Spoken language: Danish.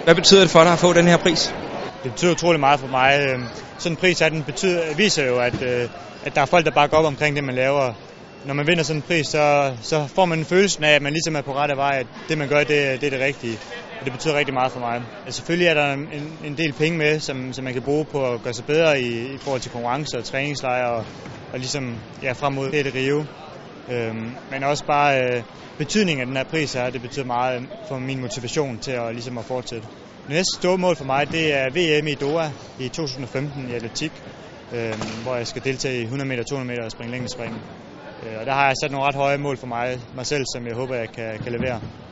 Hvad betyder det for dig at få den her pris? Det betyder utrolig meget for mig. Sådan en pris viser jo, at der er folk, der bakker op omkring det, man laver. Når man vinder sådan en pris, så får man en følelse af, at man ligesom er på rette vej, at det man gør, det er det rigtige. Og det betyder rigtig meget for mig. Altså, selvfølgelig er der en del penge med, som man kan bruge på at gøre sig bedre i forhold til konkurrencer og træningslejre og ligesom frem mod det Rio. Men også bare betydningen af den her pris her, det betyder meget for min motivation til at fortsætte. Det næste store mål for mig, det er VM i Doha i 2015 i atletik, hvor jeg skal deltage i 100 meter, 200 meter og springe længdespring. Og der har jeg sat nogle ret høje mål for mig selv, som jeg håber, jeg kan levere.